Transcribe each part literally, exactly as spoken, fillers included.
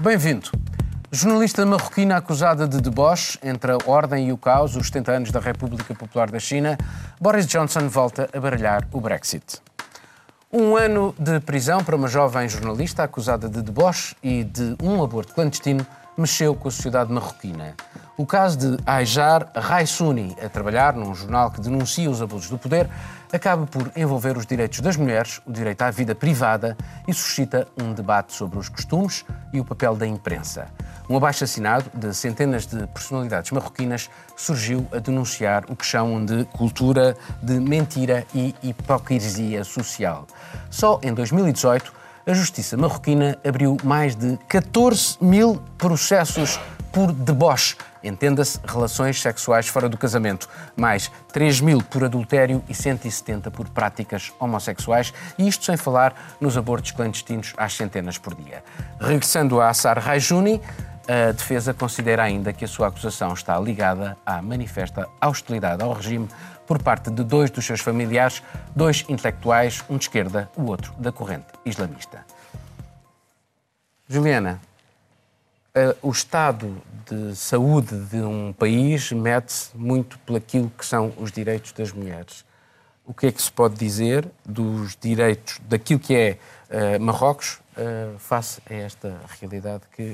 Bem-vindo. Jornalista marroquina acusada de deboche entre a ordem e o caos, os setenta anos da República Popular da China, Boris Johnson volta a baralhar o Brexit. Um ano de prisão para uma jovem jornalista acusada de deboche e de um aborto clandestino mexeu com a sociedade marroquina. O caso de Aïjar Raissouni, a trabalhar num jornal que denuncia os abusos do poder, acaba por envolver os direitos das mulheres, o direito à vida privada e suscita um debate sobre os costumes e o papel da imprensa. Um abaixo-assinado de centenas de personalidades marroquinas surgiu a denunciar o que chamam de cultura de mentira e hipocrisia social. Só em dois mil e dezoito, a justiça marroquina abriu mais de catorze mil processos por deboche, entenda-se relações sexuais fora do casamento, mais três mil por adultério e cento e setenta por práticas homossexuais, e isto sem falar nos abortos clandestinos às centenas por dia. Regressando a Aïjar Raissouni, a defesa considera ainda que a sua acusação está ligada à manifesta hostilidade ao regime por parte de dois dos seus familiares, dois intelectuais, um de esquerda, o outro da corrente islamista. Juliana, o estado de saúde de um país mede-se muito pelaquilo que são os direitos das mulheres. O que é que se pode dizer dos direitos, daquilo que é uh, Marrocos, uh, face a esta realidade que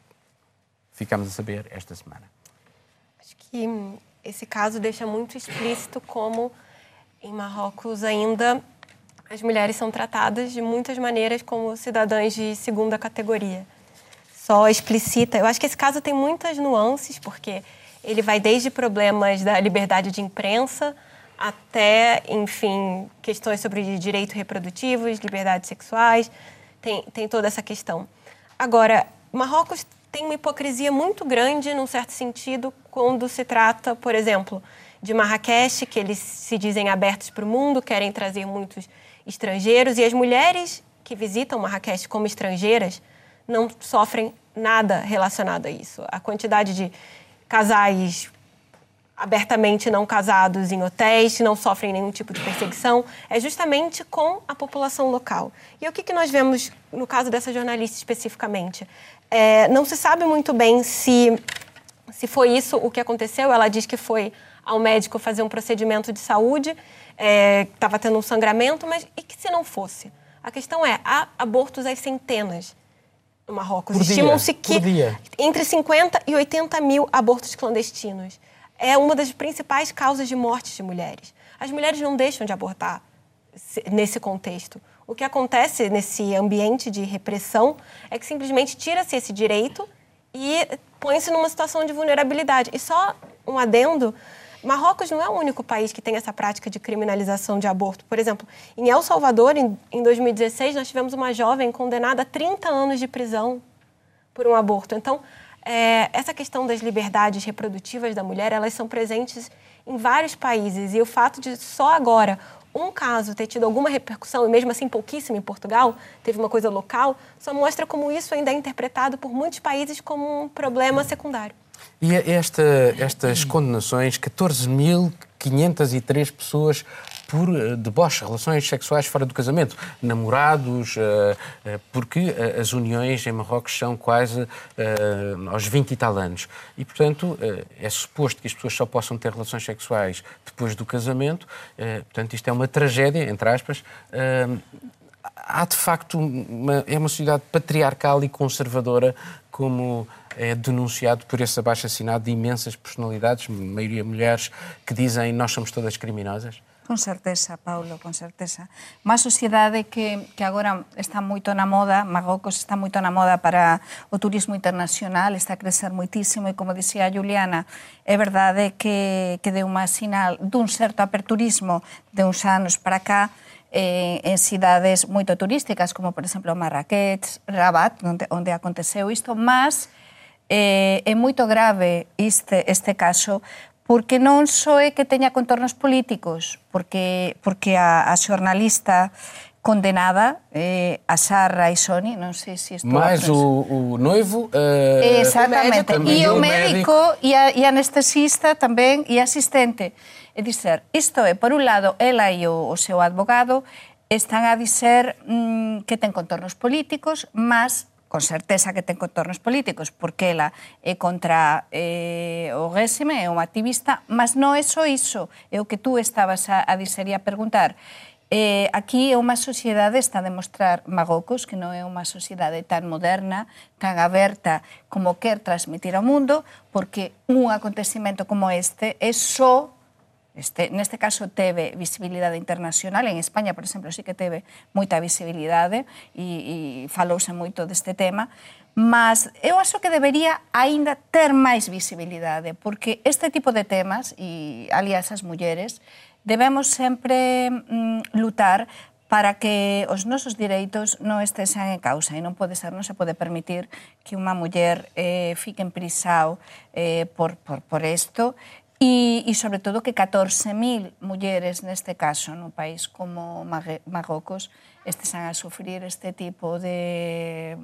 ficamos a saber esta semana? Acho que esse caso deixa muito explícito como em Marrocos ainda as mulheres são tratadas de muitas maneiras como cidadãs de segunda categoria. Só explicita. Eu acho que esse caso tem muitas nuances, porque ele vai desde problemas da liberdade de imprensa até, enfim, questões sobre direitos reprodutivos, liberdades sexuais, tem, tem toda essa questão. Agora, Marrocos tem uma hipocrisia muito grande, num certo sentido, quando se trata, por exemplo, de Marrakech, que eles se dizem abertos para o mundo, querem trazer muitos estrangeiros, e as mulheres que visitam Marrakech como estrangeiras não sofrem nada relacionado a isso. A quantidade de casais abertamente não casados em hotéis, que não sofrem nenhum tipo de perseguição, é justamente com a população local. E o que, que nós vemos no caso dessa jornalista especificamente? É, não se sabe muito bem se, se foi isso o que aconteceu. Ela diz que foi ao médico fazer um procedimento de saúde, estava é, tendo um sangramento, mas e que se não fosse? A questão é, há abortos às centenas no Marrocos. Estimam-se que entre cinquenta e oitenta mil abortos clandestinos. É uma das principais causas de mortes de mulheres. As mulheres não deixam de abortar nesse contexto. O que acontece nesse ambiente de repressão é que simplesmente tira-se esse direito e põe-se numa situação de vulnerabilidade. E só um adendo, Marrocos não é o único país que tem essa prática de criminalização de aborto. Por exemplo, em El Salvador, em, em dois mil e dezesseis, nós tivemos uma jovem condenada a trinta anos de prisão por um aborto. Então, é, essa questão das liberdades reprodutivas da mulher, elas são presentes em vários países. E o fato de só agora um caso ter tido alguma repercussão, e mesmo assim pouquíssimo em Portugal, teve uma coisa local, só mostra como isso ainda é interpretado por muitos países como um problema secundário. E esta, estas condenações, catorze mil quinhentas e três pessoas por deboche, relações sexuais fora do casamento, namorados, porque as uniões em Marrocos são quase aos vinte e tal anos. E, portanto, é suposto que as pessoas só possam ter relações sexuais depois do casamento. Portanto, isto é uma tragédia, entre aspas. Há, de facto, uma, é uma sociedade patriarcal e conservadora, como é denunciado por esse abaixo-assinado de imensas personalidades, maioria mulheres, que dizem nós somos todas criminosas? Con certeza, Paulo, con certeza. Uma sociedade que, que agora está moito na moda, Marrocos está moito na moda para o turismo internacional, está a crecer moitísimo e, como dicía a Juliana, é verdade que, que deu unha sinal dun certo aperturismo de uns anos para cá eh, en cidades moito turísticas, como, por exemplo, Marrakech, Rabat, onde, onde aconteceu isto, mas eh, é moito grave este, este caso, porque non só é que teña contornos políticos, porque, porque a, a xornalista condenada, eh, Aïjar Raissouni, non sei se estou... Mais o, o noivo... Uh, Exactamente, o e o médico, e a, e a anestesista tamén, e asistente. É dizer, isto é, por un lado, ela e o, o seu advogado están a dizer mm, que ten contornos políticos, mas con certeza que ten contornos políticos, porque ela é contra eh, o réxime, é unha activista, mas non é só iso, é o que tú estabas a, a dizer e a perguntar. Eh, aquí é unha sociedade, está a demostrar Marrocos, que non é unha sociedade tan moderna, tan aberta como quer transmitir ao mundo, porque un acontecimento como este é só Este, neste caso teve visibilidade internacional, en España, por exemplo, sí que teve moita visibilidade e, e falouse moito deste tema, mas eu acho que debería aínda ter máis visibilidade, porque este tipo de temas, e aliás as mulleres, debemos sempre mm, lutar para que os nosos direitos non estesen en causa e non pode ser, non se pode permitir que unha muller eh, fique en prisao eh, por, por, por isto. E, e, sobre todo, que catorce mil mulleres, neste caso, no país como Marrocos, estesen a sufrir este tipo de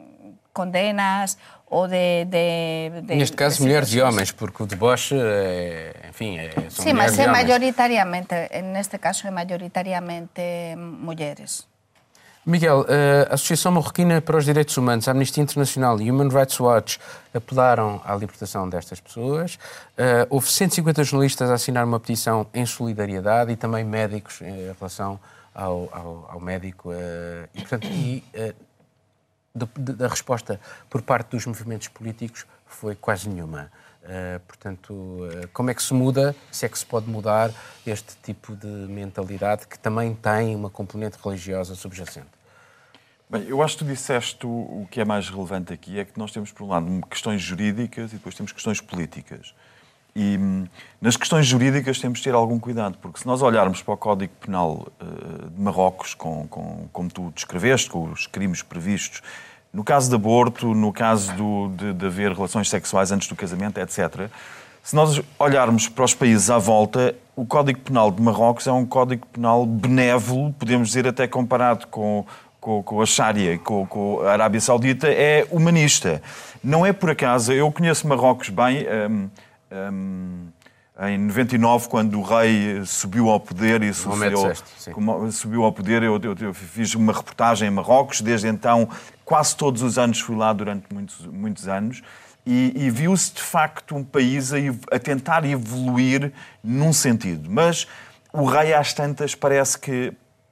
condenas ou de, de, de... Neste caso, de mulheres e homens, porque o deboche, é, enfim, é, são sí, mulheres mas é e homens. maioritariamente, neste caso, é maioritariamente mulheres. Miguel, a Associação Marroquina para os Direitos Humanos, a Amnistia Internacional e Human Rights Watch apelaram à libertação destas pessoas. Uh, houve cento e cinquenta jornalistas a assinar uma petição em solidariedade e também médicos em relação ao, ao, ao médico. Uh, e, portanto, e, uh, de, de, da resposta por parte dos movimentos políticos foi quase nenhuma. Uh, portanto, uh, como é que se muda, se é que se pode mudar este tipo de mentalidade que também tem uma componente religiosa subjacente? Bem, eu acho que tu disseste o, o que é mais relevante aqui, é que nós temos, por um lado, questões jurídicas e depois temos questões políticas. E hum, nas questões jurídicas temos de ter algum cuidado, porque se nós olharmos para o Código Penal uh, de Marrocos, com, com, como tu descreveste, com os crimes previstos, no caso de aborto, no caso do, de, de haver relações sexuais antes do casamento, etcétera, se nós olharmos para os países à volta, o Código Penal de Marrocos é um Código Penal benévolo, podemos dizer até comparado com, com, com a Sharia, com, com a Arábia Saudita, é humanista. Não é por acaso, eu conheço Marrocos bem, hum, hum, em noventa e nove, quando o rei subiu ao poder e sucedeu, subiu ao poder, eu, eu, eu fiz uma reportagem em Marrocos, desde então quase todos os anos fui lá durante muitos, muitos anos e, e viu-se de facto um país a, a tentar evoluir num sentido. Mas o rei às tantas parece que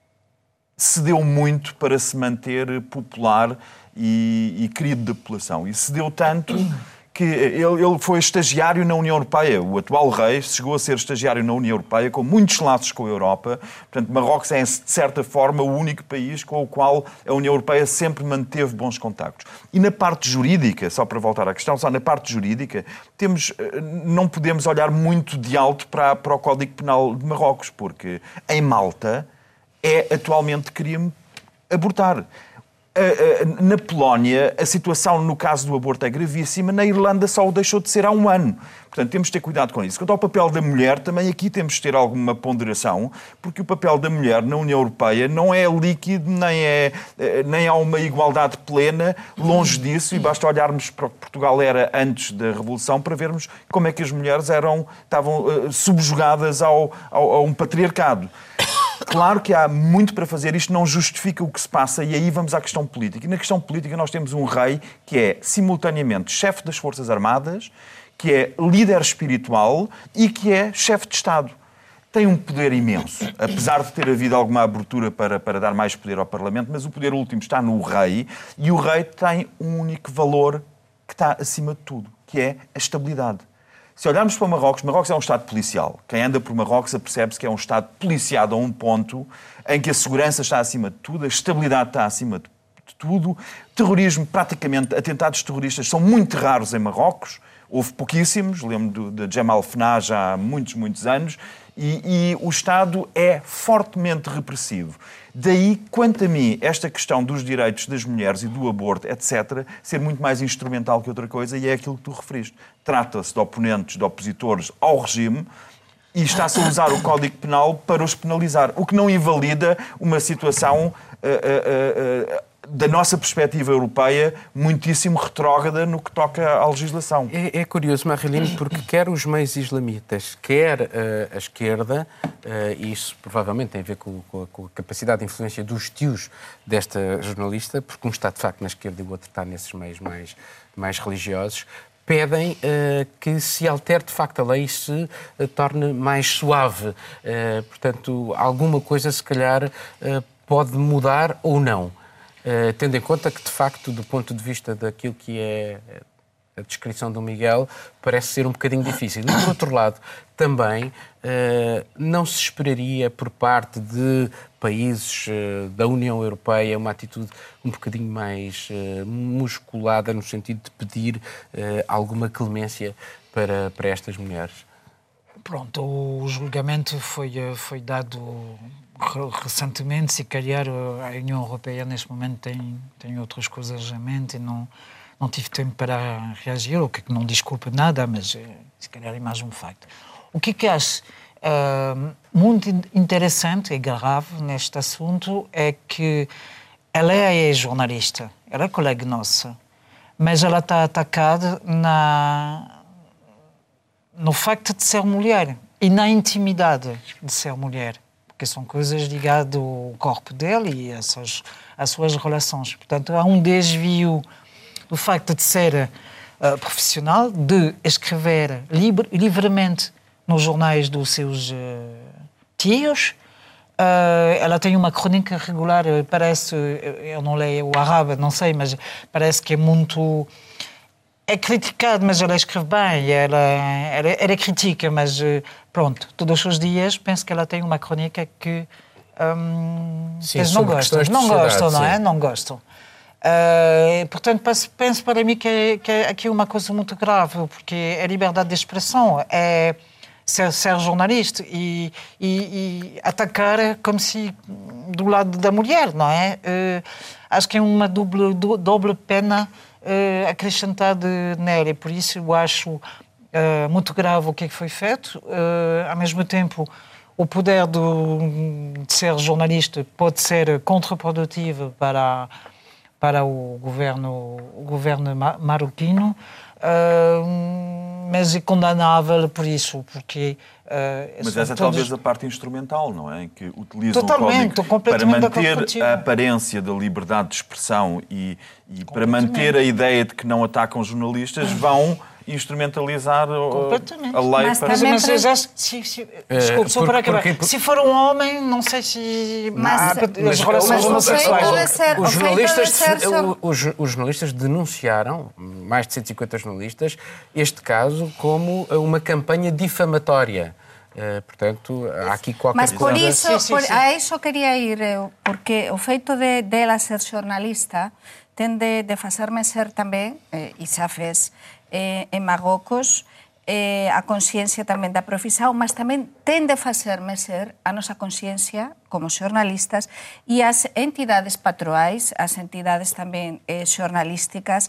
cedeu muito para se manter popular e, e querido da população. E cedeu tanto que ele, ele foi estagiário na União Europeia. O atual rei chegou a ser estagiário na União Europeia, com muitos laços com a Europa. Portanto, Marrocos é, de certa forma, o único país com o qual a União Europeia sempre manteve bons contactos. E na parte jurídica, só para voltar à questão, só na parte jurídica, temos, não podemos olhar muito de alto para, para o Código Penal de Marrocos, porque em Malta é atualmente crime abortar. Na Polónia, a situação no caso do aborto é gravíssima, na Irlanda só o deixou de ser há um ano. Portanto, temos de ter cuidado com isso. Quanto ao papel da mulher, também aqui temos de ter alguma ponderação, porque o papel da mulher na União Europeia não é líquido, nem, é, nem há uma igualdade plena, longe disso, e basta olharmos para o que Portugal era antes da Revolução para vermos como é que as mulheres eram, estavam uh, subjugadas ao, ao, a um patriarcado. Claro que há muito para fazer, isto não justifica o que se passa, e aí vamos à questão política. E na questão política nós temos um rei que é simultaneamente chefe das Forças Armadas, que é líder espiritual e que é chefe de Estado. Tem um poder imenso, apesar de ter havido alguma abertura para, para dar mais poder ao Parlamento, mas o poder último está no rei, e o rei tem um único valor que está acima de tudo, que é a estabilidade. Se olharmos para Marrocos, Marrocos é um Estado policial. Quem anda por Marrocos apercebe-se que é um Estado policiado a um ponto em que a segurança está acima de tudo, a estabilidade está acima de tudo. Terrorismo, praticamente, atentados terroristas são muito raros em Marrocos. Houve pouquíssimos, lembro de Jamal Fna já há muitos, muitos anos. E, e o Estado é fortemente repressivo. Daí, quanto a mim, esta questão dos direitos das mulheres e do aborto, etcétera, ser muito mais instrumental que outra coisa, e é aquilo que tu referiste. Trata-se de oponentes, de opositores ao regime, e está-se a usar o Código Penal para os penalizar, o que não invalida uma situação uh, uh, uh, da nossa perspectiva europeia, muitíssimo retrógrada no que toca à legislação. É, é curioso, Marilene, porque quer os meios islamitas, quer uh, a esquerda, uh, e isso provavelmente tem a ver com, com, a, com a capacidade de influência dos tios desta jornalista, porque um está de facto na esquerda e o outro está nesses meios mais, mais religiosos, pedem uh, que se altere de facto a lei e se uh, torne mais suave. Uh, portanto, alguma coisa se calhar uh, pode mudar ou não. Uh, tendo em conta que, de facto, do ponto de vista daquilo que é a descrição do Miguel, parece ser um bocadinho difícil. E, por outro lado, também uh, não se esperaria por parte de países uh, da União Europeia uma atitude um bocadinho mais uh, musculada no sentido de pedir uh, alguma clemência para, para estas mulheres? Pronto, o julgamento foi, foi dado recentemente, se calhar a União Europeia neste momento tem, tem outras coisas em mente e não, não tive tempo para reagir, o que não desculpa nada, mas se calhar é mais um facto. O que, que acho uh, muito interessante e grave neste assunto é que ela é jornalista, ela é colega nossa, mas ela está atacada na, no facto de ser mulher e na intimidade de ser mulher, porque são coisas ligadas ao corpo dele e às suas, às suas relações. Portanto, há um desvio do facto de ser uh, profissional, de escrever livre, livremente nos jornais dos seus uh, tios. Uh, ela tem uma crônica regular, parece, eu não leio o árabe, não sei, mas parece que é muito... É criticado, mas ela escreve bem, ela, ela, ela critica, mas pronto, todos os dias penso que ela tem uma crônica que hum, sim, eles não gostam, não gostam, não é? Sim. Não gostam. Uh, portanto, penso para mim que é, que é aqui uma coisa muito grave, porque a liberdade de expressão é ser, ser jornalista e, e, e atacar como se do lado da mulher, não é? Uh, acho que é uma doble, doble pena Uh, acrescentado nela, e por isso eu acho uh, muito grave o que, é que foi feito. Uh, ao mesmo tempo, o poder do, de ser jornalista pode ser contraprodutivo para, para o governo, o governo marroquino, uh, mas é condenável por isso, porque... Uh, mas essa é todos... talvez a parte instrumental, não é? Em que utilizam Totalmente, o código para manter a aparência da liberdade de expressão e, e para manter a ideia de que não atacam jornalistas, vão instrumentalizar a lei. Mas para... Mas, mas já, se, se, desculpe, só para acabar. Porque... Se for um homem, não sei se... Mas, as relações homossexuais... Os jornalistas, os, os jornalistas denunciaram, mais de cento e cinquenta jornalistas, este caso como uma campanha difamatória. Uh, portanto, há aqui qualquer Mas por coisa... isso, sim, sim, por, sim. a isso quería ir eu, porque o feito de, de ela ser xornalista ten de, de facerme ser tamén, eh, e xa fez, eh, en Marrocos, eh, a consciencia tamén da profesión, mas tamén ten de facerme ser a nosa consciencia como xornalistas e as entidades patroais, as entidades tamén eh, xornalísticas,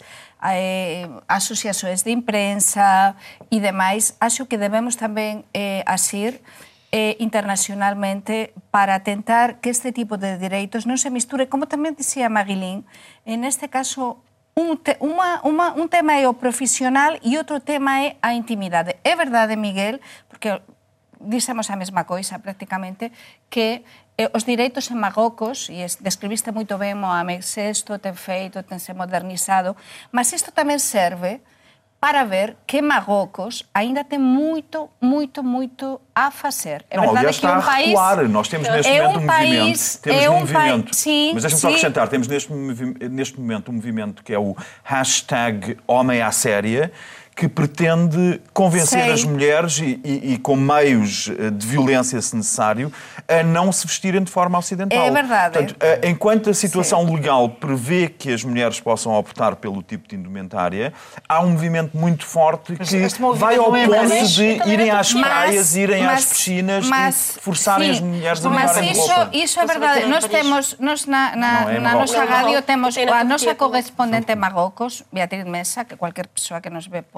eh, asociações de imprensa e demais, acho que debemos tamén eh, asir eh, internacionalmente para tentar que este tipo de dereitos non se misture, como tamén dicía Maguilín, en este caso un, te, uma, uma, un tema é o profesional e outro tema é a intimidade. É verdade, Miguel, porque dixemos a mesma coisa prácticamente, que eh, os direitos en Marrocos, e describiste moito ben, Mohamed sexto, ten feito, tense modernizado, mas isto tamén serve para ver que Marrocos ainda tem muito, muito, muito a fazer. É não, verdade aliás, que está um a país... recuar. Nós temos neste é momento um um país, movimento. Temos é um um movimento. país, sim, mas deixa-me só acrescentar, temos neste, neste momento um movimento que é o hashtag Homem à Séria, que pretende convencer Sei. as mulheres e, e, e com meios de violência, se necessário, a não se vestirem de forma ocidental. É verdade. Portanto, enquanto a situação Sim. legal prevê que as mulheres possam optar pelo tipo de indumentária, há um movimento muito forte que vai ao é ponto mas, de irem às mas, praias, irem mas, às piscinas mas, e forçarem sim, as mulheres a mas levarem isso, roupa. isso é verdade. Nós temos, nós na, na, não, é na nosa não, rádio não, temos não, a não, nosa não, correspondente em Marrocos, Beatriz Mesa, que qualquer pessoa que nos vê pode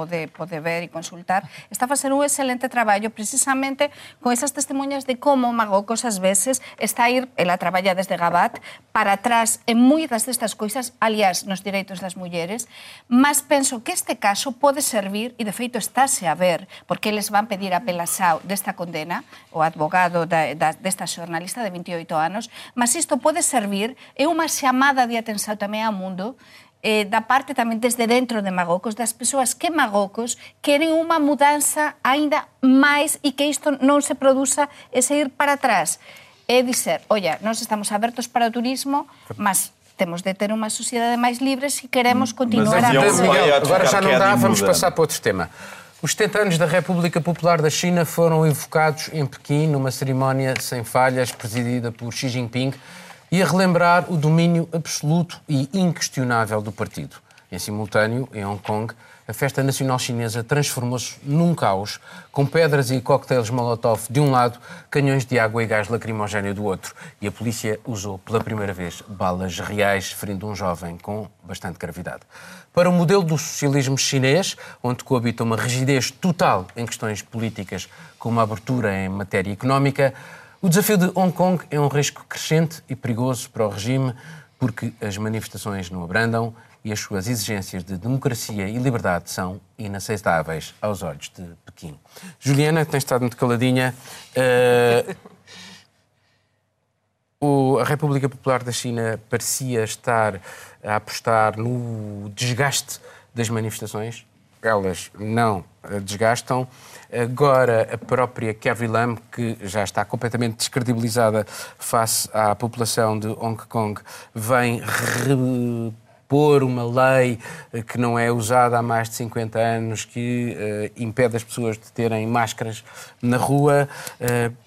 pode, pode ver e consultar, está a facer un excelente traballo precisamente con esas testemunhas de como Marrocos ás veces está a ir, ela traballa desde Gabat, para atrás en moitas destas coisas, aliás, nos direitos das mulleres, mas penso que este caso pode servir, e de feito estáse a ver, porque eles van pedir a apelação desta condena, o advogado da, da, desta xornalista de vinte e oito anos, mas isto pode servir, é unha chamada de atenção tamén ao mundo, eh, da parte tamén desde dentro de Marrocos, das persoas que Marrocos queren unha mudanza aínda máis e que isto non se produza e seguir para atrás. É dizer, olla, nós estamos abertos para o turismo, mas temos de ter unha sociedade máis libre se queremos continuar a... Mas, Miguel, agora já não dá, vamos passar para outro tema. Os setenta anos da República Popular da China foram evocados em Pequim numa cerimónia sem falhas presidida por Xi Jinping e a relembrar o domínio absoluto e inquestionável do partido. Em simultâneo, em Hong Kong, a festa nacional chinesa transformou-se num caos, com pedras e coquetéis Molotov de um lado, canhões de água e gás lacrimogéneo do outro. E a polícia usou pela primeira vez balas reais, ferindo um jovem com bastante gravidade. Para o modelo do socialismo chinês, onde coabita uma rigidez total em questões políticas com uma abertura em matéria económica, o desafio de Hong Kong é um risco crescente e perigoso para o regime, porque as manifestações não abrandam e as suas exigências de democracia e liberdade são inaceitáveis aos olhos de Pequim. Juliana, tens estado muito caladinha. Uh, o, a República Popular da China parecia estar a apostar no desgaste das manifestações. Elas não desgastam. Agora, a própria Carrie Lam, que já está completamente descredibilizada face à população de Hong Kong, vem repor uma lei que não é usada há mais de cinquenta anos, que uh, impede as pessoas de terem máscaras na rua. Uh,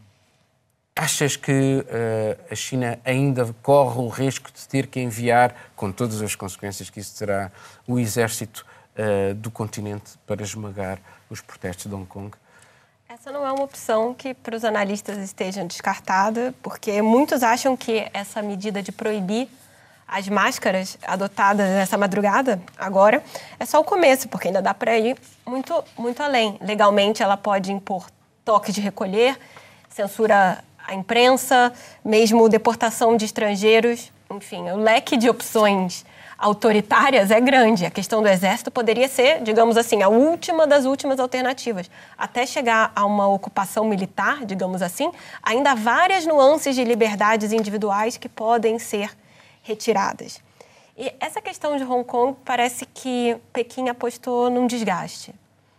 achas que uh, a China ainda corre o risco de ter que enviar, com todas as consequências que isso terá, o exército Uh, do continente para esmagar os protestos de Hong Kong? Essa não é uma opção que para os analistas esteja descartada, porque muitos acham que essa medida de proibir as máscaras adotada nessa madrugada, agora, é só o começo, porque ainda dá para ir muito, muito além. Legalmente, ela pode impor toque de recolher, censura à imprensa, mesmo deportação de estrangeiros, enfim, o leque de opções autoritárias é grande. A questão do exército poderia ser, digamos assim, a última das últimas alternativas. Até chegar a uma ocupação militar, digamos assim, ainda há várias nuances de liberdades individuais que podem ser retiradas. E essa questão de Hong Kong parece que Pequim apostou num desgaste.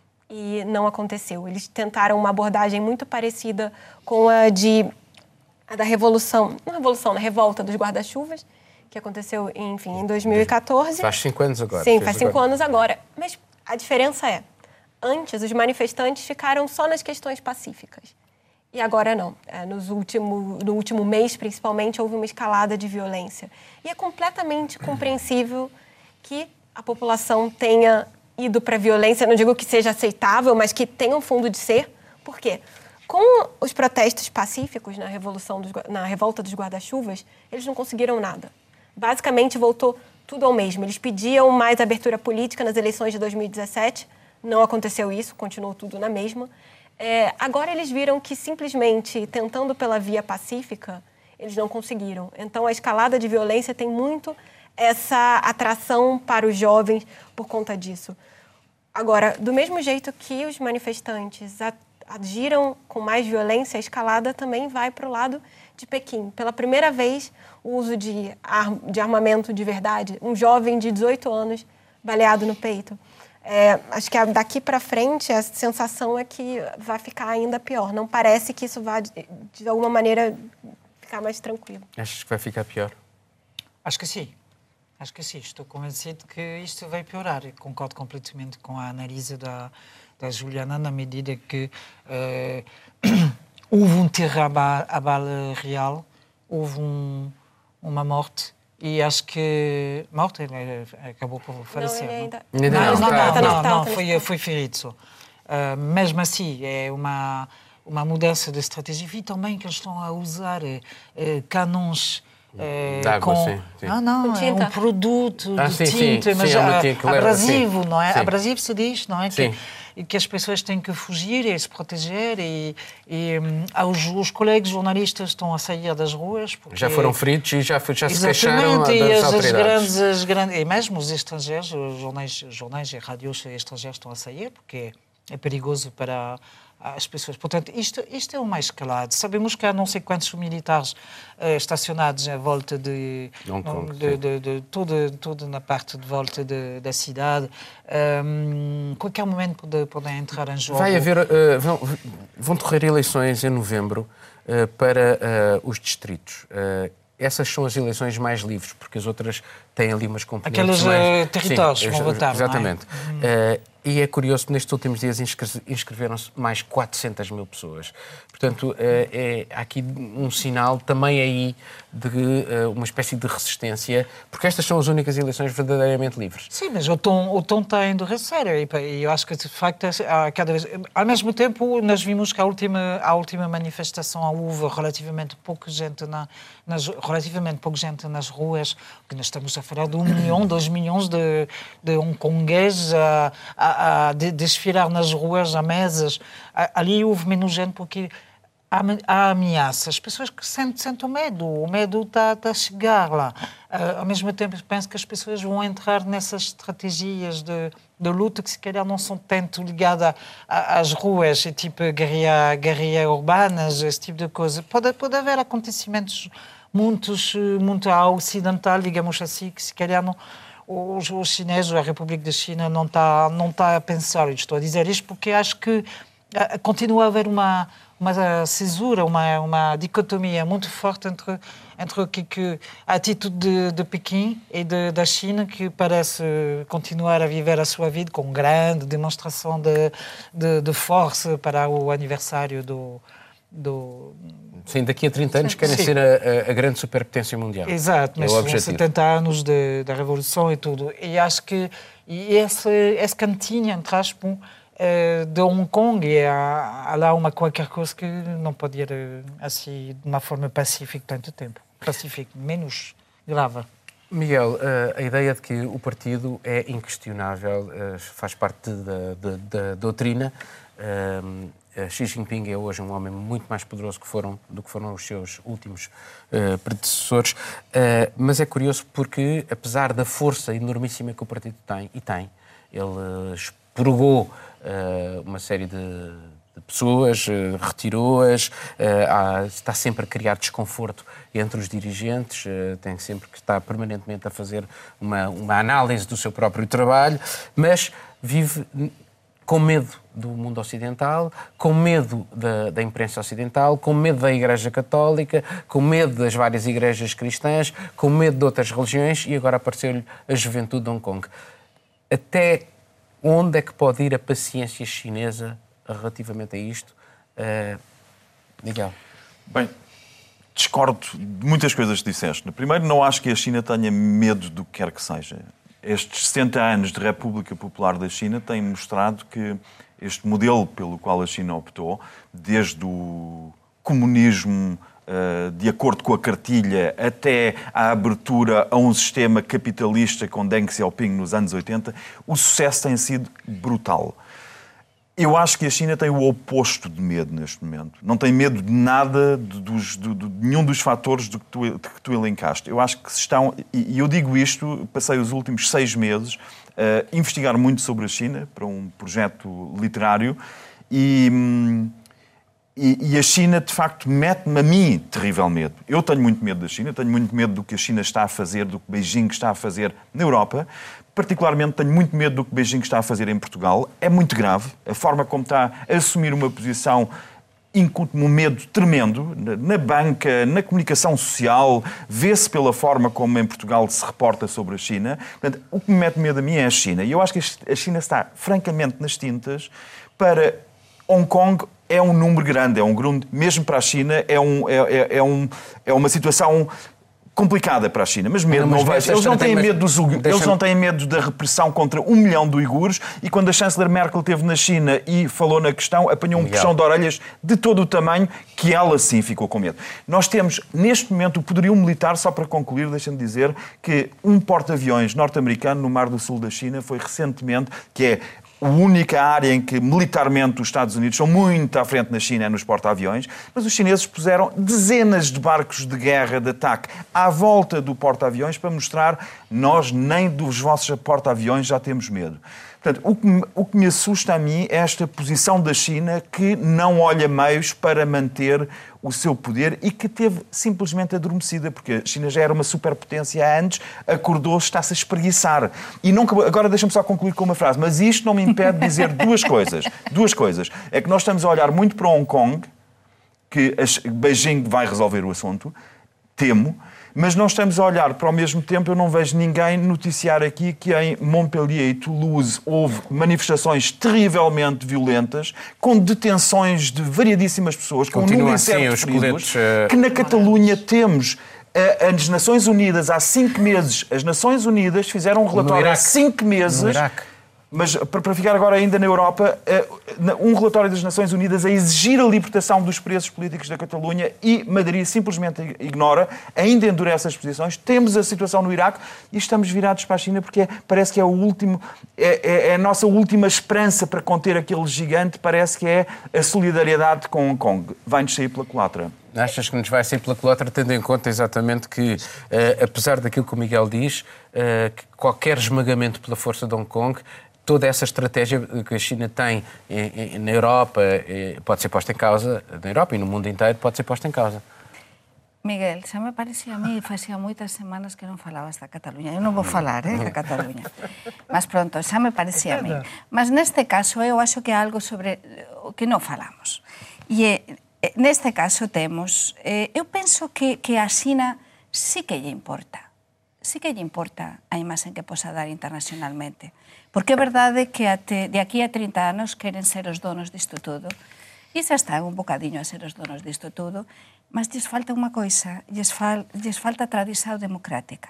E não aconteceu. Eles tentaram uma abordagem muito parecida com a, de, a da Revolução, não Revolução, na Revolta dos Guarda-Chuvas, que aconteceu, enfim, em dois mil e catorze. Faz cinco anos agora. Sim, faz cinco anos agora. Mas a diferença é, antes os manifestantes ficaram só nas questões pacíficas. E agora não. É, nos último, no último mês, principalmente, houve uma escalada de violência. E é completamente compreensível que a população tenha ido para a violência. Não digo que seja aceitável, mas que tenha um fundo de ser. Por quê? Com os protestos pacíficos na, revolução dos, na revolta dos guarda-chuvas, eles não conseguiram nada. Basicamente, voltou tudo ao mesmo. Eles pediam mais abertura política nas eleições de dois mil e dezessete. Não aconteceu isso, continuou tudo na mesma. É, agora eles viram que, simplesmente, tentando pela via pacífica, eles não conseguiram. Então, a escalada de violência tem muito essa atração para os jovens por conta disso. Agora, do mesmo jeito que os manifestantes agiram com mais violência, a escalada também vai para o lado de Pequim. Pela primeira vez, o uso de, ar, de armamento de verdade, um jovem de dezoito anos baleado no peito. É, acho que daqui para frente a sensação é que vai ficar ainda pior. Não parece que isso vai, de, de alguma maneira, ficar mais tranquilo. Achas que vai ficar pior? Acho que sim. Acho que sim. Estou convencido que isto vai piorar. Eu concordo completamente com a análise da, da Juliana, na medida que uh, houve um terror à bala real, houve um, uma morte, e acho que... Morte? Ele acabou por falecer, não? Não, ainda... não, não, não, tá, não, tá, não tá, foi, foi ferido só. Uh, mesmo assim, é uma, uma mudança de estratégia. Vi também que eles estão a usar uh, canões É, de água, com... sim, sim. Não, não, Com é um tinta. produto Ah, de sim, sim, tinta, sim, mas é uma a- tinta que leva- abrasivo, sim, não é? sim. Abrasivo se diz, não é? Sim. Que, e que as pessoas têm que fugir e se proteger e, e hum, os, os colegas jornalistas estão a sair das ruas. Porque... Já foram feridos e já, já se queixaram Exatamente, e das as, as autoridades. grandes, as grandes, e mesmo os estrangeiros, os jornais, jornais e rádios estrangeiros estão a sair porque é perigoso para as pessoas. Portanto, isto, isto é uma escalada. Sabemos que há não sei quantos militares eh, estacionados à volta de, Hong Kong, de, de, de, de toda, toda na parte de volta de, da cidade. Um, qualquer momento pode, podem entrar em jogo. Vai haver, uh, vão, vão decorrer eleições em novembro uh, para uh, os distritos. Uh, essas são as eleições mais livres, porque as outras têm ali umas componentes Aqueles mais... territórios Sim, vão votar, exatamente. não é? Uh, e é curioso que nestes últimos dias inscre- inscreveram-se mais quatrocentas mil pessoas. Portanto, uh, é, há aqui um sinal também aí de uh, uma espécie de resistência, porque estas são as únicas eleições verdadeiramente livres. Sim, mas o tom, o tom está a endurecer e eu acho que, de facto, há cada vez... Ao mesmo tempo, nós vimos que a última, a última manifestação houve relativamente pouca gente, na, nas, relativamente pouca gente nas ruas, que nós estamos a falar de um milhão, dois milhões de, de hongkongueses a, a, a desfilar nas ruas há meses. Ali houve menos gente porque... Há, há ameaças, as pessoas que sentem, sentem o medo, o medo está, está a chegar lá. Uh, ao mesmo tempo, penso que as pessoas vão entrar nessas estratégias de, de luta que se calhar não são tanto ligadas a, a, às ruas, tipo guerrilha, guerrilha urbanas, esse tipo de coisa. Pode, pode haver acontecimentos muitos, muito ao ocidental, digamos assim, que se calhar não... Os, os chineses, a República da China, não está, não está a pensar. Estou a dizer isto porque acho que uh, continua a haver uma... uma cesura, uma, uma dicotomia muito forte entre, entre o que, que a atitude de, de Pequim e de, da China, que parece continuar a viver a sua vida com grande demonstração de, de, de força para o aniversário do... do... Sim, daqui a trinta anos querem Sim. ser a, a grande superpotência mundial. Exato, mas é o são objetivo. setenta anos de, da Revolução e tudo. E acho que e esse, esse cantinho, entre aspas, de Hong Kong, e há, há lá uma qualquer coisa que não pode ir assim de uma forma pacífica tanto tempo. Pacífico, menos grave. Miguel, a ideia de que o partido é inquestionável faz parte da, da, da doutrina. Xi Jinping é hoje um homem muito mais poderoso que foram, do que foram os seus últimos uh, predecessores, uh, mas é curioso porque, apesar da força enormíssima que o partido tem, e tem, ele expurgou uh, uma série de, de pessoas, uh, retirou-as, uh, há, está sempre a criar desconforto entre os dirigentes, uh, tem sempre que estar permanentemente a fazer uma, uma análise do seu próprio trabalho, mas vive com medo do mundo ocidental, com medo da, da imprensa ocidental, com medo da Igreja Católica, com medo das várias igrejas cristãs, com medo de outras religiões, e agora apareceu-lhe a juventude de Hong Kong. Até onde é que pode ir a paciência chinesa relativamente a isto? Uh, Miguel. Bem, discordo de muitas coisas que disseste. Primeiro, não acho que a China tenha medo do que quer que seja. Estes sessenta anos de República Popular da China têm mostrado que este modelo pelo qual a China optou, desde o comunismo uh, de acordo com a cartilha até a abertura a um sistema capitalista com Deng Xiaoping nos anos oitenta, o sucesso tem sido brutal. Eu acho que a China tem o oposto de medo neste momento. Não tem medo de nada, de, de, de, de nenhum dos fatores do que tu, de que tu elencaste. Eu acho que se estão, e eu digo isto, passei os últimos seis meses a investigar muito sobre a China para um projeto literário e, e, e a China, de facto, mete-me a mim terrível medo. Eu tenho muito medo da China, tenho muito medo do que a China está a fazer, do que Beijing está a fazer na Europa. Particularmente tenho muito medo do que Beijing está a fazer em Portugal. É muito grave. A forma como está a assumir uma posição incute-me um medo tremendo. Na banca, na comunicação social, vê-se pela forma como em Portugal se reporta sobre a China. Portanto, o que me mete medo a mim é a China. E eu acho que a China está, francamente, nas tintas para Hong Kong. É um número grande, é um grande, mesmo para a China, é, um, é, é, é, um, é uma situação complicada para a China, mas medo Não, mas não vejo. Eles não têm medo dos uigures, eles não têm medo da repressão contra um milhão de uigures, e quando a chanceler Merkel esteve na China e falou na questão, apanhou um puxão de orelhas de todo o tamanho que ela sim ficou com medo. Nós temos, neste momento, o poderio militar, só para concluir, deixa-me dizer, que um porta-aviões norte-americano no Mar do Sul da China foi recentemente, que é a única área em que militarmente os Estados Unidos são muito à frente na China é nos porta-aviões, mas os chineses puseram dezenas de barcos de guerra, de ataque, à volta do porta-aviões para mostrar nós nem dos vossos porta-aviões já temos medo. Portanto, o que, me, o que me assusta a mim é esta posição da China que não olha meios para manter o seu poder e que teve simplesmente adormecida, porque a China já era uma superpotência antes, acordou, está-se a espreguiçar. E nunca, agora deixa-me só concluir com uma frase, mas isto não me impede de dizer duas coisas. Duas coisas. É que nós estamos a olhar muito para Hong Kong, que Beijing vai resolver o assunto, temo, mas não estamos a olhar para, ao mesmo tempo, eu não vejo ninguém noticiar aqui que em Montpellier e Toulouse houve manifestações terrivelmente violentas, com detenções de variadíssimas pessoas, com um número incerto de feridos, que na Catalunha temos as Nações Unidas há cinco meses. As Nações Unidas fizeram um relatório há cinco meses. No Iraque. Mas, para ficar agora ainda na Europa, um relatório das Nações Unidas a exigir a libertação dos presos políticos da Catalunha e Madrid simplesmente ignora, ainda endurece as posições. Temos a situação no Iraque e estamos virados para a China porque é, parece que é, o último, é, é a nossa última esperança para conter aquele gigante, parece que é a solidariedade com Hong Kong. Vai-nos sair pela culatra. Achas que nos vai sair pela culatra, tendo em conta exatamente que, uh, apesar daquilo que o Miguel diz, uh, que qualquer esmagamento pela força de Hong Kong, toda essa estratégia que a China tem em, em, na Europa pode ser posta em causa, na Europa e no mundo inteiro pode ser posta em causa. Miguel, xa me parecía a mí, facía moitas semanas que non falabas da Cataluña. Eu non vou falar, eh, da Cataluña. Mas pronto, xa me parecía a mí. Mas neste caso, eu acho que é algo sobre o que non falamos. E eh, neste caso temos... Eh, eu penso que, que a China sí que lle importa. Sí que lle importa a imaxen que posa dar internacionalmente. Porque é verdade que até, de aquí a trinta anos queren ser os donos disto todo. E xa están un bocadiño a ser os donos disto todo. Mas lles falta unha coisa, lles, fal, lles falta tradición democrática.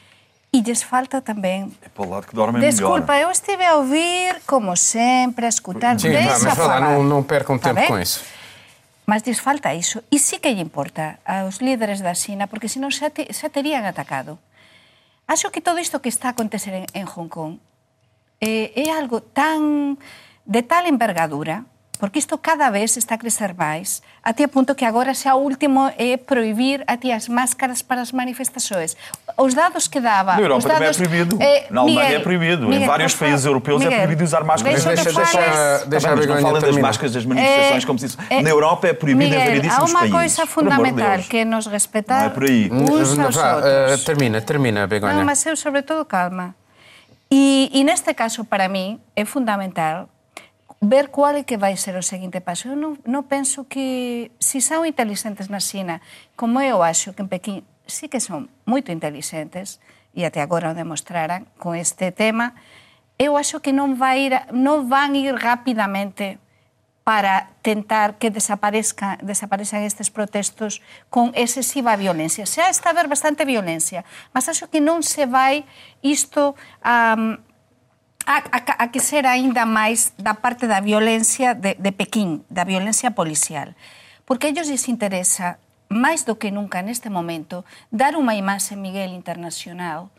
E lles falta tamén... É para o lado que dormem Desculpa, melhor. eu estive a ouvir, como sempre, a escutar, Sim, deixa mas falar. Não, não percam Tá tempo ben? com isso. Mas lles falta iso. E sí que lle importa aos líderes da China, porque senón xa, te, xa terían atacado. Acho que todo isto que está a acontecer en, en Hong Kong eh, é algo tan de tal envergadura, porque isto cada vez está a crecer máis, até a punto que agora xa o último é prohibir até as máscaras para as manifestações. Os dados que dava... Na Europa dados, também é proibido. Eh, Na Alemanha Miguel, é proibido. Miguel, em vários países europeus Miguel, é proibido usar máscaras. Deixa, deixa, deixa, deixa, deixa Mas não falem das máscaras das manifestações, é, como se isso... É, Na Europa é proibido Miguel, em variedíssimos países. Há uma países. coisa fundamental, de que é nos respeitar não é por aí. uns aos Vá, outros. uh, termina, termina, Begonha. Não, mas eu, sobretudo, calma. E, e neste caso, para mim, é fundamental ver qual é que vai ser o seguinte paso. Eu non, non penso que, se son inteligentes na China, como eu acho que en Pequín sí que son moito inteligentes, e até agora o demostraran con este tema, eu acho que non, vai ir, non van ir rapidamente para tentar que desaparezca, desaparezcan estes protestos con excesiva violencia. Xa está a haber bastante violencia, mas acho que non se vai isto a... A, a, a que ser aínda máis da parte da violencia de, de Pequín, da violencia policial. Porque a ellos lles interesa, máis do que nunca neste momento, dar unha imaxe, Miguel, internacional,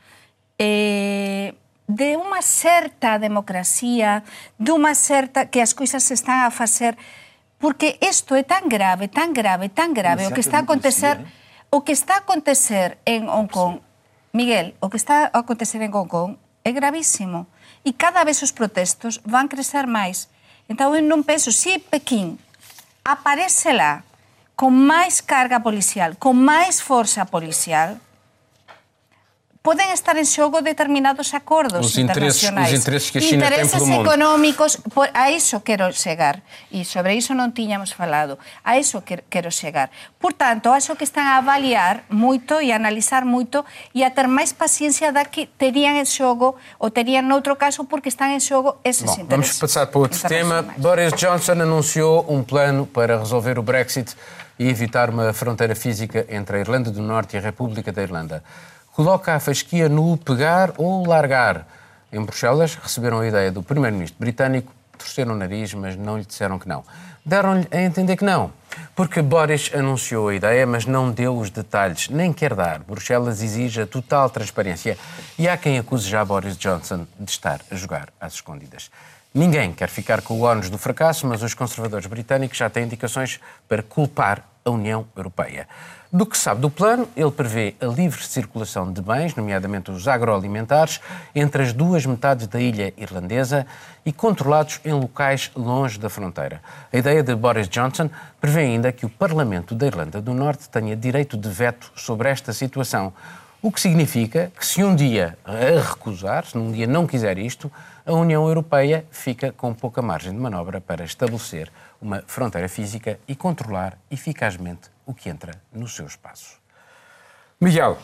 eh, de unha certa democracia, de unha certa... que as coisas se están a facer... Porque isto é tan grave, tan grave, tan grave, o que está a acontecer, o que está a acontecer en Hong Kong, Miguel, o que está a acontecer en Hong Kong é gravísimo. E cada vez os protestos van crecer máis. Então, eu non penso, se Pequín aparece lá con máis carga policial, con máis forza policial, podem estar em jogo determinados acordos os interesses, internacionais. Os interesses que a China interesses tem pelo mundo. económicos, por, a isso quero chegar. E sobre isso não tínhamos falado. A isso quero chegar. Portanto, acho que estão a avaliar muito e a analisar muito e a ter mais paciência da que teriam em jogo ou teriam noutro caso porque estão em jogo esses Bom, interesses. vamos passar para outro tema. Boris Johnson anunciou um plano para resolver o Brexit e evitar uma fronteira física entre a Irlanda do Norte e a República da Irlanda. Coloca a fasquia no pegar ou largar. Em Bruxelas, receberam a ideia do primeiro-ministro britânico, torceram o nariz, mas não lhe disseram que não. Deram-lhe a entender que não, porque Boris anunciou a ideia, mas não deu os detalhes, nem quer dar. Bruxelas exige a total transparência e há quem acuse já Boris Johnson de estar a jogar às escondidas. Ninguém quer ficar com o ónus do fracasso, mas os conservadores britânicos já têm indicações para culpar a União Europeia. Do que sabe do plano, ele prevê a livre circulação de bens, nomeadamente os agroalimentares, entre as duas metades da ilha irlandesa e controlados em locais longe da fronteira. A ideia de Boris Johnson prevê ainda que o Parlamento da Irlanda do Norte tenha direito de veto sobre esta situação, o que significa que se um dia a recusar, se um dia não quiser isto, a União Europeia fica com pouca margem de manobra para estabelecer uma fronteira física e controlar eficazmente o que entra no seu espaço. Miguel,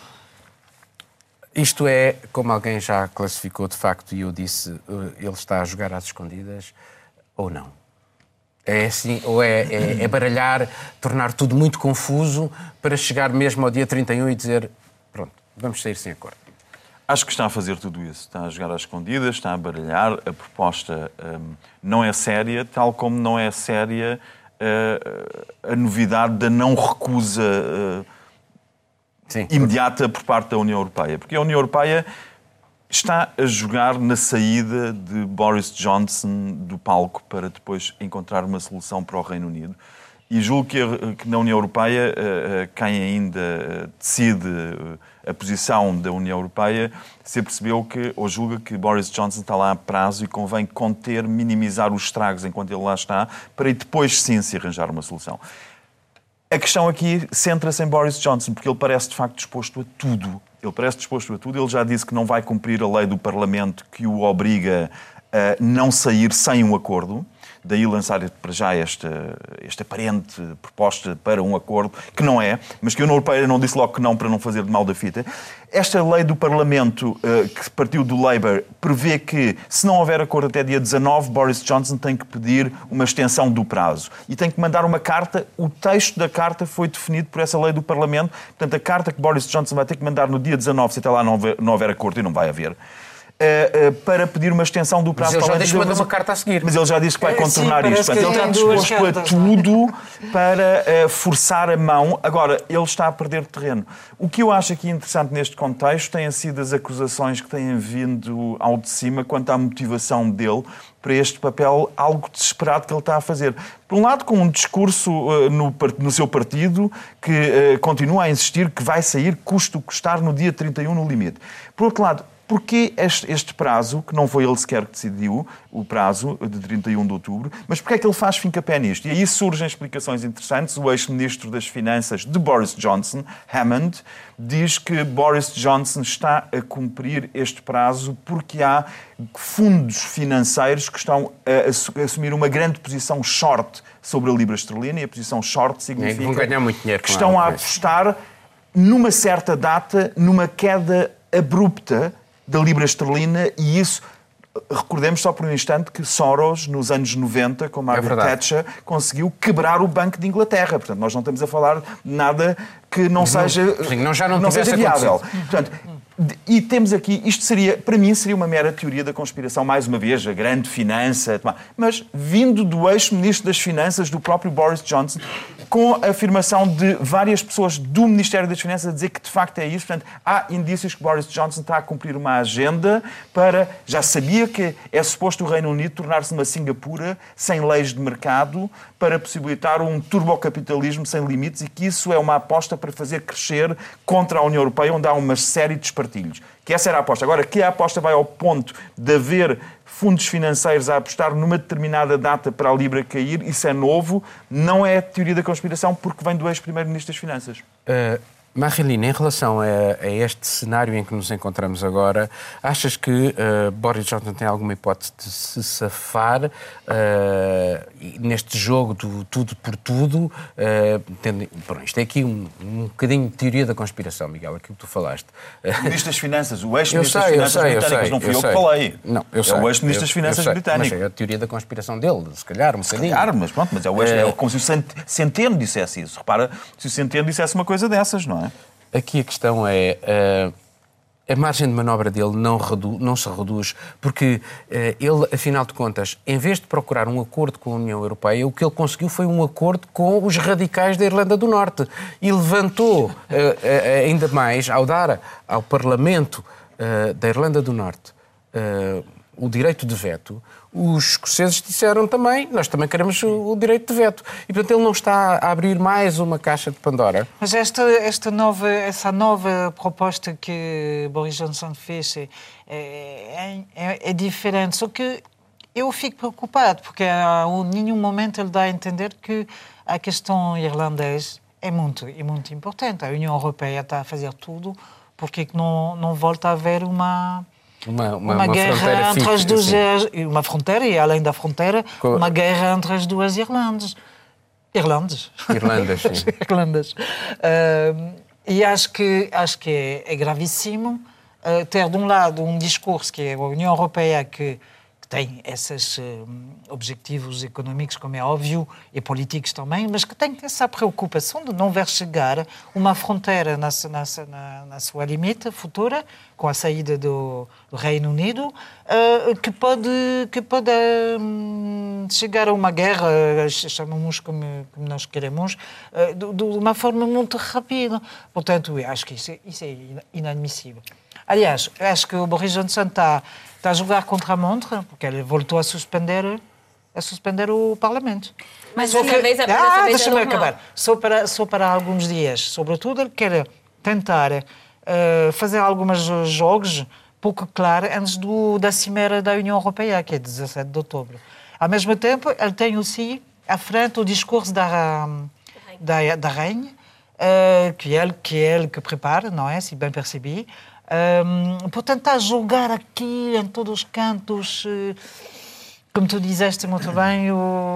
isto é, como alguém já classificou de facto, e eu disse, ele está a jogar às escondidas, ou não? É assim, ou é, é, é baralhar, tornar tudo muito confuso para chegar mesmo ao dia trinta e um e dizer, pronto, vamos sair sem acordo. Acho que está a fazer tudo isso. Está a jogar às escondidas, está a baralhar. A proposta um, não é séria, tal como não é séria uh, a novidade da não recusa uh, imediata por parte da União Europeia. Porque a União Europeia está a jogar na saída de Boris Johnson do palco para depois encontrar uma solução para o Reino Unido. E julgo que, que na União Europeia, quem ainda decide a posição da União Europeia, se percebeu que, ou julga que Boris Johnson está lá a prazo e convém conter, minimizar os estragos enquanto ele lá está, para depois sim se arranjar uma solução. A questão aqui centra-se em Boris Johnson, porque ele parece de facto disposto a tudo. Ele parece disposto a tudo. Ele já disse que não vai cumprir a lei do Parlamento que o obriga a não sair sem um acordo. Daí lançar para já esta, esta aparente proposta para um acordo, que não é, mas que a União Europeia não disse logo que não para não fazer de mal da fita. Esta lei do Parlamento, que partiu do Labour, prevê que, se não houver acordo até dia dezanove, Boris Johnson tem que pedir uma extensão do prazo. E tem que mandar uma carta. O texto da carta foi definido por essa lei do Parlamento. Portanto, a carta que Boris Johnson vai ter que mandar no dia dezanove, se até lá não houver, não houver acordo, e não vai haver, Uh, uh, para pedir uma extensão do prazo. Mas ele já disse que manda uma carta a seguir. Mas ele já disse que vai contornar Sim, isto. Portanto, ele está disposto a tudo para uh, forçar a mão. Agora, ele está a perder terreno. O que eu acho aqui interessante neste contexto têm sido as acusações que têm vindo ao de cima quanto à motivação dele para este papel algo desesperado que ele está a fazer. Por um lado, com um discurso uh, no, no seu partido que uh, continua a insistir que vai sair custo custar no dia trinta e um no limite. Por outro lado, porquê este, este prazo, que não foi ele sequer que decidiu, o prazo de trinta e um de outubro, mas porquê é que ele faz fim-capé nisto? E aí surgem explicações interessantes. O ex-ministro das Finanças de Boris Johnson, Hammond, diz que Boris Johnson está a cumprir este prazo porque há fundos financeiros que estão a assumir uma grande posição short sobre a libra esterlina, e a posição short significa vão ganhar muito dinheiro com que estão a apostar numa certa data, numa queda abrupta da libra esterlina, e isso, recordemos só por um instante que Soros, nos anos noventa, com Margaret é Thatcher, conseguiu quebrar o Banco de Inglaterra. Portanto, nós não estamos a falar de nada que não, não seja, sim, não, já não não seja viável. Acontecido. Portanto, e temos aqui, isto seria, para mim, seria uma mera teoria da conspiração, mais uma vez, a grande finança, mas vindo do ex-ministro das Finanças, do próprio Boris Johnson, com a afirmação de várias pessoas do Ministério das Finanças a dizer que de facto é isso. Portanto, há indícios que Boris Johnson está a cumprir uma agenda para... Já sabia que é suposto o Reino Unido tornar-se uma Singapura sem leis de mercado para possibilitar um turbocapitalismo sem limites, e que isso é uma aposta para fazer crescer contra a União Europeia, onde há uma série de espartilhos. Que essa era a aposta. Agora, que a aposta vai ao ponto de haver fundos financeiros a apostar numa determinada data para a libra cair, isso é novo, não é teoria da conspiração, porque vem do ex-primeiro-ministro das Finanças. Uh, Marilene, em relação a, a este cenário em que nos encontramos agora, achas que uh, Boris Johnson tem alguma hipótese de se safar uh, neste jogo do tudo por tudo? Uh, tendo, pronto, isto é aqui um, um bocadinho de teoria da conspiração, Miguel, aquilo que tu falaste. O Ministro das Finanças, o ex-Ministro sei, das Finanças sei, britânicas, sei, não fui eu eu, sei. que falei. Não, eu sei, é o ex-Ministro das Finanças sei, britânico. Mas é a teoria da conspiração dele, se calhar, um bocadinho. Calhar, mas pronto, mas é, o ex, é como se o Centeno dissesse isso. Repara, se o Centeno dissesse uma coisa dessas, não é? Aqui a questão é, uh, a margem de manobra dele não, redu- não se reduz, porque uh, ele, afinal de contas, em vez de procurar um acordo com a União Europeia, o que ele conseguiu foi um acordo com os radicais da Irlanda do Norte e levantou uh, uh, ainda mais, ao dar ao Parlamento uh, da Irlanda do Norte uh, o direito de veto, os escoceses disseram também, nós também queremos o, o direito de veto. E, portanto, ele não está a abrir mais uma caixa de Pandora. Mas esta, esta nova, essa nova proposta que Boris Johnson fez é, é, é, é diferente. Só que eu fico preocupado, porque a nenhum momento ele dá a entender que a questão irlandesa é muito, é muito importante. A União Europeia está a fazer tudo porque não, não volta a haver uma... Uma, uma, uma, uma guerra entre as duas, assim. uma fronteira e além da fronteira, Com... uma guerra entre as duas Irlandas. Irlandas. Irlandas, sim. Irlandas. Uh, e acho que acho que é, é gravíssimo uh, ter de um lado um discurso que é a União Europeia que, que tem esses uh, objetivos económicos, como é óbvio, e políticos também, mas que tem essa preocupação de não ver chegar uma fronteira na, na, na, na sua limite futura, com a saída do, do Reino Unido, uh, que pode, que pode um, chegar a uma guerra, chamamos como, como nós queremos, uh, de, de uma forma muito rápida. Portanto, eu acho que isso, isso é inadmissível. Aliás, acho que o Boris Johnson está, está a jogar contra a montra, porque ele voltou a suspender, a suspender o Parlamento. Mas só dessa que, vez, ah, vez deixa-me é acabar. Só para, só para alguns dias. Sobretudo, ele quer tentar uh, fazer alguns jogos pouco claros antes do, da Cimeira da União Europeia, que é dezessete de outubro. Ao mesmo tempo, ele tem aussi à frente o discurso da, da, da Rainha, uh, que, é ele, que é ele que prepara, não é? Se bem percebi. Um, por tentar jogar aqui em todos os cantos, uh, como tu disseste muito bem, o,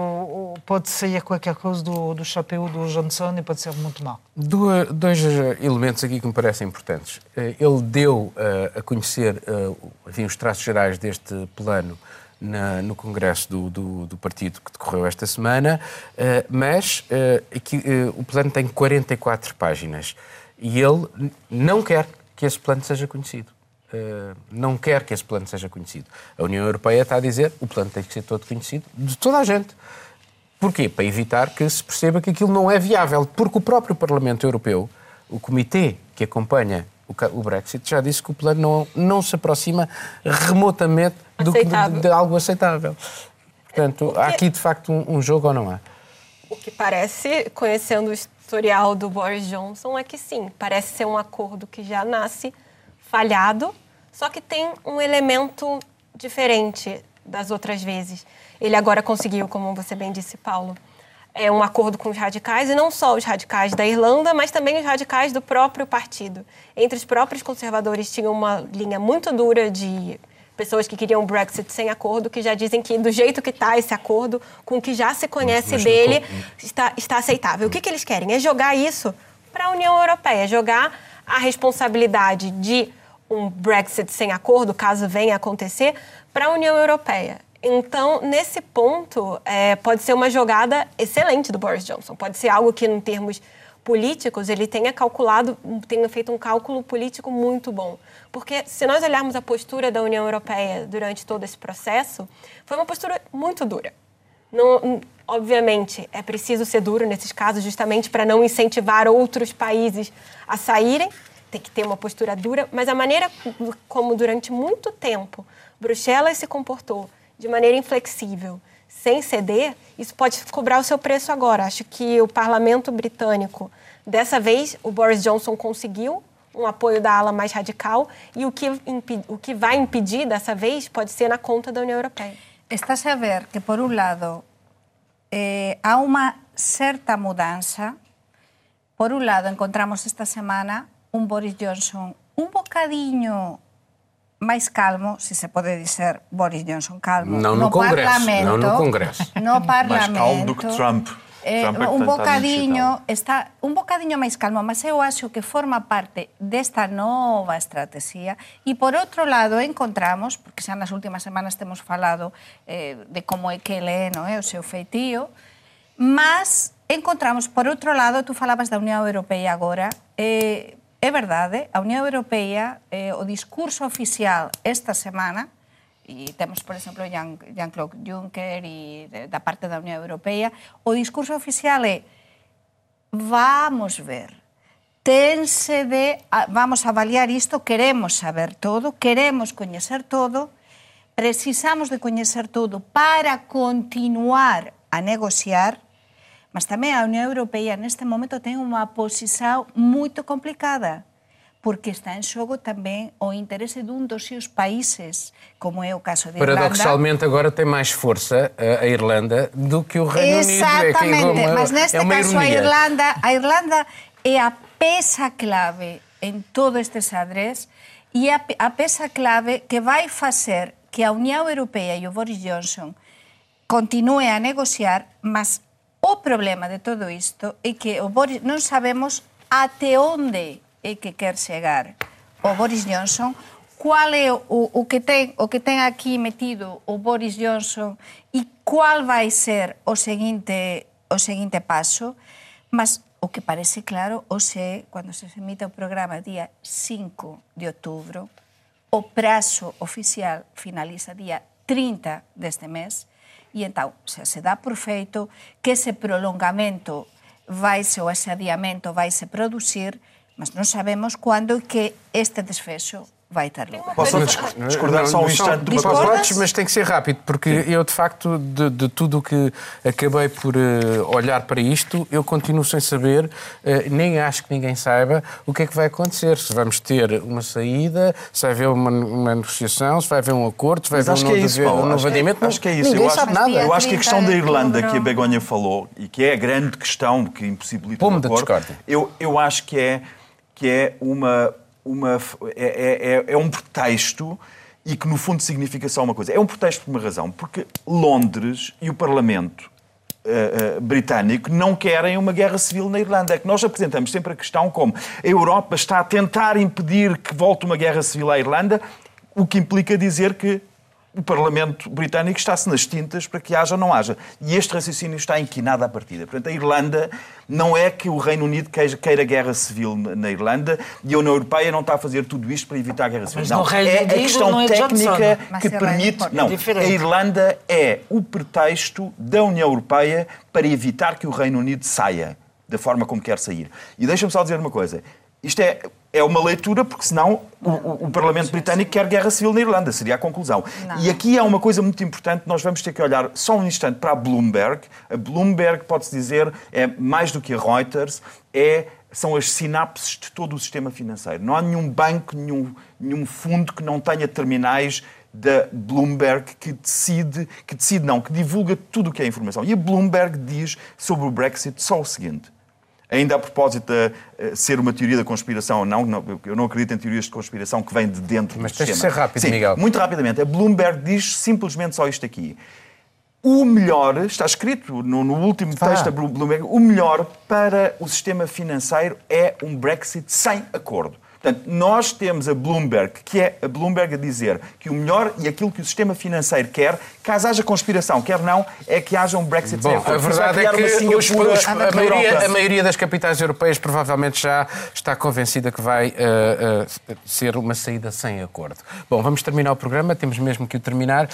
o, pode sair qualquer coisa do, do chapéu do Johnson e pode ser muito mal. Dois, dois elementos aqui que me parecem importantes. Ele deu uh, a conhecer uh, enfim, os traços gerais deste plano na, no Congresso do, do, do partido que decorreu esta semana, uh, mas uh, aqui, uh, o plano tem quarenta e quatro páginas e ele não quer que esse plano seja conhecido. Uh, não quer que esse plano seja conhecido. A União Europeia está a dizer que o plano tem que ser todo conhecido de toda a gente. Porquê? Para evitar que se perceba que aquilo não é viável, porque o próprio Parlamento Europeu, o comitê que acompanha o, o Brexit, já disse que o plano não, não se aproxima remotamente do que, de, de algo aceitável. Portanto, que, há aqui de facto um, um jogo ou não há? O que parece, conhecendo o historial do Boris Johnson, é que sim, parece ser um acordo que já nasce falhado, só que tem um elemento diferente das outras vezes. Ele agora conseguiu, como você bem disse, Paulo, é um acordo com os radicais, e não só os radicais da Irlanda, mas também os radicais do próprio partido. Entre os próprios conservadores tinha uma linha muito dura de pessoas que queriam o Brexit sem acordo, que já dizem que do jeito que está esse acordo, com o que já se conhece mas, dele, não... está, está aceitável. O que, que eles querem? É jogar isso para a União Europeia, jogar a responsabilidade de um Brexit sem acordo, caso venha a acontecer, para a União Europeia. Então, nesse ponto, é, pode ser uma jogada excelente do Boris Johnson. Pode ser algo que, em termos políticos, ele tenha calculado, tenha feito um cálculo político muito bom. Porque, se nós olharmos a postura da União Europeia durante todo esse processo, foi uma postura muito dura. Não, obviamente, é preciso ser duro nesses casos, justamente para não incentivar outros países a saírem. Tem que ter uma postura dura, mas a maneira como, durante muito tempo, Bruxelas se comportou de maneira inflexível, sem ceder, isso pode cobrar o seu preço agora. Acho que o Parlamento britânico, dessa vez, o Boris Johnson conseguiu um apoio da ala mais radical e o que, o que vai impedir, dessa vez, pode ser na conta da União Europeia. Estás a ver que, por um lado, eh, há uma certa mudança. por un lado, encontramos esta semana un Boris Johnson un bocadinho máis calmo, se se pode dizer Boris Johnson calmo, não no, no Congresso, Parlamento, não no Congresso. No Parlamento. Mais calmo do que Trump. Eh, Trump é un bocadinho está un bocadinho máis calmo, mas eu acho que forma parte desta nova estrategia e por outro lado encontramos, porque xa nas últimas semanas temos falado eh, de como é que ele é, non é, o seu feitío, mas encontramos por outro lado, tu falabas da Unión Europea agora, eh, é verdade, a Unión Europea, eh, o discurso oficial esta semana, e temos, por exemplo, Jean, Jean-Claude Juncker e de, da parte da Unión Europea, o discurso oficial é vamos ver, tense de, vamos avaliar isto, queremos saber todo, queremos coñecer todo, precisamos de coñecer todo para continuar a negociar, mas tamén a Unión Europea neste momento ten unha posición moito complicada, porque está en xogo tamén o interese dun dos seus países, como é o caso de Irlanda. Paradoxalmente, agora tem mais força a Irlanda do que o Reino Unido. Exatamente, é uma, mas neste é caso a ironia. Irlanda, a Irlanda é a peza clave en todo este xadrez e a, a peza clave que vai facer que a Unión Europea e o Boris Johnson continue a negociar, mas o problema de todo isto é que o Boris, non sabemos até onde é que quer chegar o Boris Johnson, qual é o, o, que ten, o que ten aquí metido o Boris Johnson e qual vai ser o seguinte, o seguinte paso, mas o que parece claro, hoxe, cando se emite o programa día cinco de outubro, o prazo oficial finaliza día trinta deste mes, e entón se, se dá por feito que ese prolongamento vaise, ou ese adiamento vaise producir, mas non sabemos quando que este desfecho vai ter lugar. Posso discordar só um instante de uma coisa? Podes, mas tem que ser rápido, porque eu, de facto, de, de tudo o que acabei por uh, olhar para isto, eu continuo sem saber, uh, nem acho que ninguém saiba o que é que vai acontecer. Se vamos ter uma saída, se vai haver uma, uma negociação, se vai haver um acordo, se vai Mas haver um acho que é isso, novo, Paulo. um novo Acho que é- adiamento. Acho que é isso. Ninguém Eu acho- sabe nada. Eu acho que a questão da Irlanda outubro. que a Begonha falou e que é a grande questão que impossibilita Pomo o da acordo, discórdia. eu, eu acho que é, que é uma... uma é, é, é um pretexto e que, no fundo, significa só uma coisa. É um pretexto por uma razão, porque Londres e o Parlamento uh, uh, britânico não querem uma guerra civil na Irlanda. É que nós apresentamos sempre a questão como a Europa está a tentar impedir que volte uma guerra civil à Irlanda, o que implica dizer que o Parlamento britânico está-se nas tintas para que haja ou não haja. E este raciocínio está inquinado à partida. Portanto, a Irlanda não é que o Reino Unido queira guerra civil na Irlanda e a União Europeia não está a fazer tudo isto para evitar a guerra civil. Mas não, no Reino é a Unido questão não é técnica Mas que é permite... é Não, diferente. a Irlanda é o pretexto da União Europeia para evitar que o Reino Unido saia da forma como quer sair. E deixa-me só dizer uma coisa. Isto é, é uma leitura, porque senão o, o, o Parlamento Britânico quer guerra civil na Irlanda, seria a conclusão. Não. E aqui há uma coisa muito importante, nós vamos ter que olhar só um instante para a Bloomberg. A Bloomberg, pode-se dizer, é mais do que a Reuters, é, são as sinapses de todo o sistema financeiro. Não há nenhum banco, nenhum, nenhum fundo que não tenha terminais da Bloomberg que decide, que decide não, que divulga tudo o que é informação. E a Bloomberg diz sobre o Brexit só o seguinte. Ainda a propósito de uh, ser uma teoria da conspiração ou não, não, eu não acredito em teorias de conspiração que vêm de dentro Mas do tens de sistema. ser rápido, Sim, Miguel. muito rapidamente. A Bloomberg diz simplesmente só isto aqui. O melhor, está escrito no, no último Está. texto da Bloomberg, o melhor para o sistema financeiro é um Brexit sem acordo. Portanto, nós temos a Bloomberg, que é a Bloomberg a dizer que o melhor e aquilo que o sistema financeiro quer, caso haja conspiração, quer não, é que haja um Brexit sem Bom, acordo. a verdade é Isso vai que criar uma os- Singapura os- na a, maioria, Europa. a maioria das capitais europeias provavelmente já está convencida que vai uh, uh, ser uma saída sem acordo. Bom, vamos terminar o programa, temos mesmo que o terminar, uh,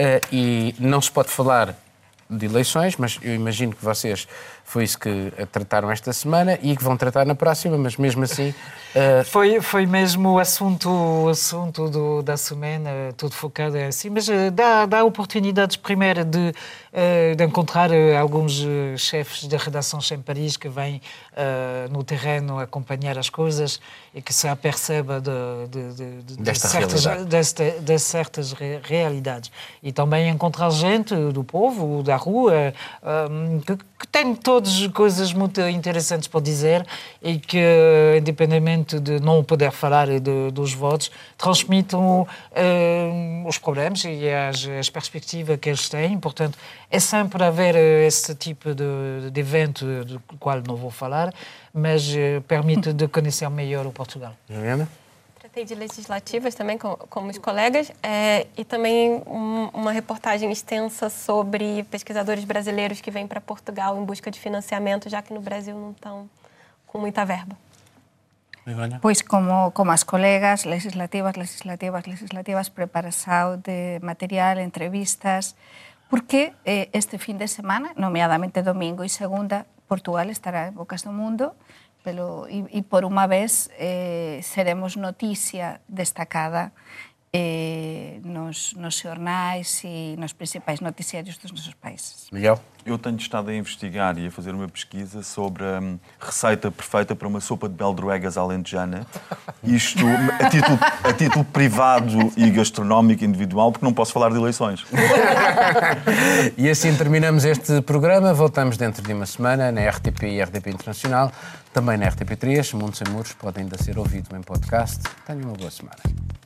e não se pode falar de eleições, mas eu imagino que vocês foi isso que trataram esta semana e que vão tratar na próxima, mas mesmo assim... Uh... Foi, foi mesmo o assunto, o assunto do, da semana, tudo focado assim, mas uh, dá, dá oportunidades primeiro de, uh, de encontrar uh, alguns uh, chefes de redações em Paris que vêm uh, no terreno acompanhar as coisas e que se aperceba de, de, de, de, Desta de, certas, realidade. desta, de certas re, realidades. E também encontrar gente do povo, da rua, um, que, que tem todo todas coisas muito interessantes para dizer e que, independentemente de não poder falar de, dos votos, transmitem uh, os problemas e as, as perspectivas que eles têm. Portanto, é sempre haver esse tipo de, de evento do qual não vou falar, mas uh, permite de conhecer melhor o Portugal. Juliana? Tratei de legislativas também com, com os colegas é, e também um, uma reportagem extensa sobre pesquisadores brasileiros que vêm para Portugal em busca de financiamento, já que no Brasil não estão com muita verba. Pois como, como as colegas, legislativas, legislativas, legislativas, preparação de material, entrevistas, porque eh, este fin de semana, nomeadamente domingo e segunda, Portugal estará en Bocas do Mundo, pero, e, e por unha vez eh, seremos noticia destacada eh, nos, nos jornais e nos principais noticiários dos nossos países. Miguel? Eu tenho estado a investigar e a fazer uma pesquisa sobre a hum, receita perfeita para uma sopa de beldroegas alentejana. Isto a título, a título privado e gastronómico individual, porque não posso falar de eleições. E assim terminamos este programa. Voltamos dentro de uma semana na R T P e R T P Internacional, também na R T P três. Mundo Sem Muros pode ainda ser ouvido em podcast. Tenham uma boa semana.